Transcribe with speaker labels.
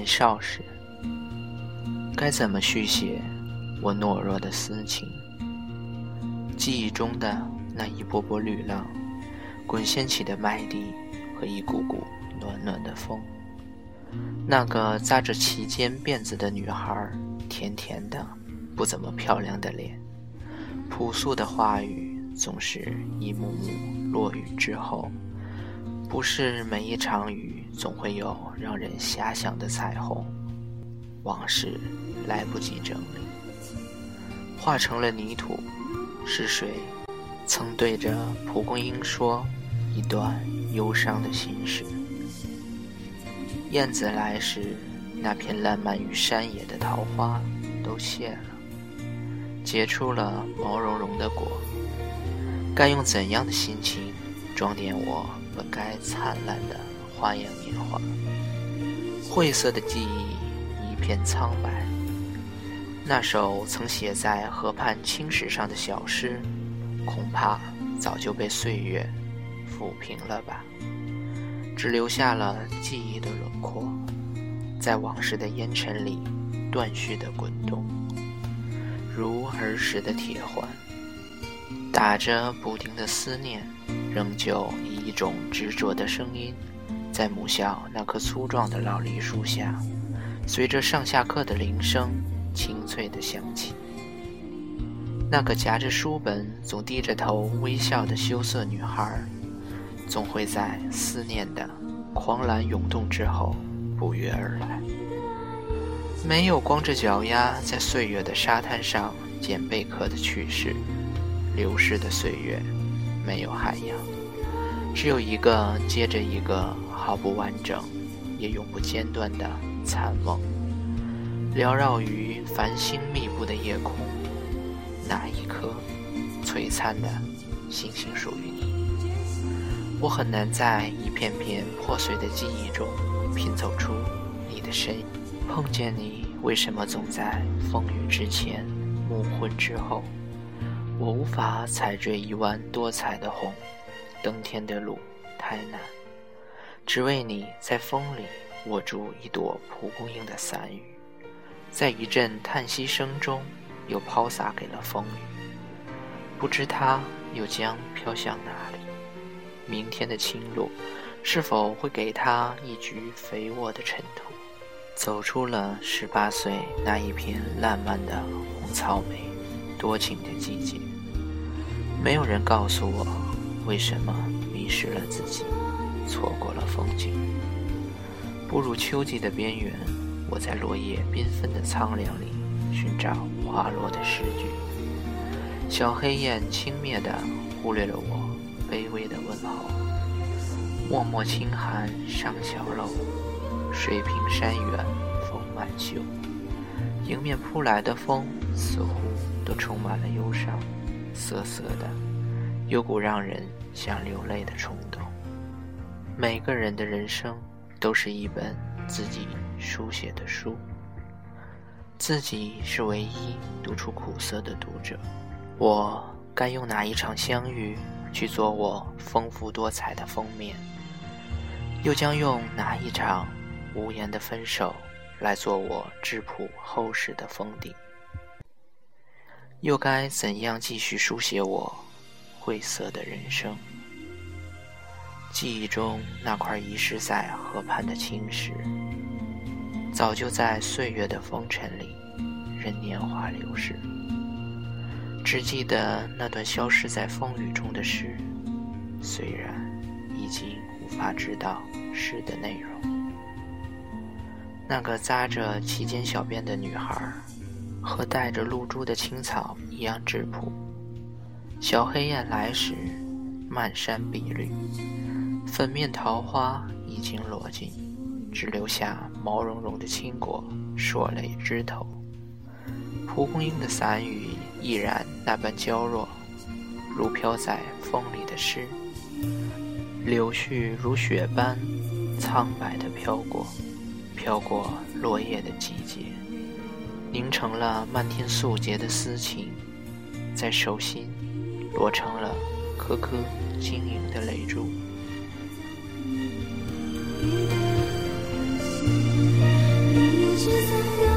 Speaker 1: 少时，该怎么续写我懦弱的私情？记忆中的那一波波绿浪，滚掀起的麦地和一股股暖暖的风，那个扎着齐肩辫子的女孩，甜甜的不怎么漂亮的脸，朴素的话语，总是一幕幕落雨之后，不是每一场雨总会有让人遐想的彩虹，往事来不及整理，化成了泥土。是谁曾对着蒲公英说一段忧伤的心事？燕子来时，那片烂漫于山野的桃花都谢了，结出了毛茸茸的果。该用怎样的心情装点我本该灿烂的花样年华？晦涩的记忆一片苍白，那首曾写在河畔青石上的小诗，恐怕早就被岁月抚平了吧，只留下了记忆的轮廓，在往事的烟尘里断续地滚动，如儿时的铁环，打着不停的思念，仍旧以一种执着的声音，在母校那棵粗壮的老梨树下，随着上下课的铃声清脆地响起。那个夹着书本总低着头微笑的羞涩女孩，总会在思念的狂澜涌动之后不约而来。没有光着脚丫在岁月的沙滩上捡贝壳的趣事，流逝的岁月没有海洋，只有一个接着一个毫不完整也永不间断的残梦，缭绕于繁星密布的夜空。那一颗璀璨的星星属于你，我很难在一片片破碎的记忆中拼凑出你的身影。碰见你，为什么总在风雨之前，暮昏之后？我无法采撷一弯多彩的红，登天的路太难，只为你在风里握住一朵蒲公英的伞羽，在一阵叹息声中又抛洒给了风雨，不知它又将飘向哪里。明天的青露是否会给它一局肥沃的尘土？走出了18岁那一片烂漫的红草莓多情的季节，没有人告诉我为什么迷失了自己，错过了风景。步入秋季的边缘，我在落叶缤纷的苍凉里寻找滑落的诗句。小黑雁轻蔑地忽略了我卑微的问候。脉脉轻寒上小楼，水平山远风满袖。迎面扑来的风似乎都充满了忧伤，涩涩的，有股让人想流泪的冲动。每个人的人生都是一本自己书写的书，自己是唯一读出苦涩的读者。我该用哪一场相遇去做我丰富多彩的封面，又将用哪一场无言的分手来做我质朴厚实的封底？又该怎样继续书写我晦涩的人生？记忆中那块遗失在河畔的青石，早就在岁月的风尘里任年华流逝，只记得那段消失在风雨中的诗，虽然已经无法知道诗的内容。那个扎着齐肩小辫的女孩，和带着露珠的青草一样质朴。小黑雁来时，漫山碧绿，粉面桃花已经落尽，只留下毛茸茸的青果，硕蕾枝头。蒲公英的伞羽依然那般娇弱，如飘在风里的诗。柳絮如雪般苍白地飘过落叶的季节，凝成了漫天素洁的私情，在手心落成了颗颗晶莹的泪珠。
Speaker 2: 是三个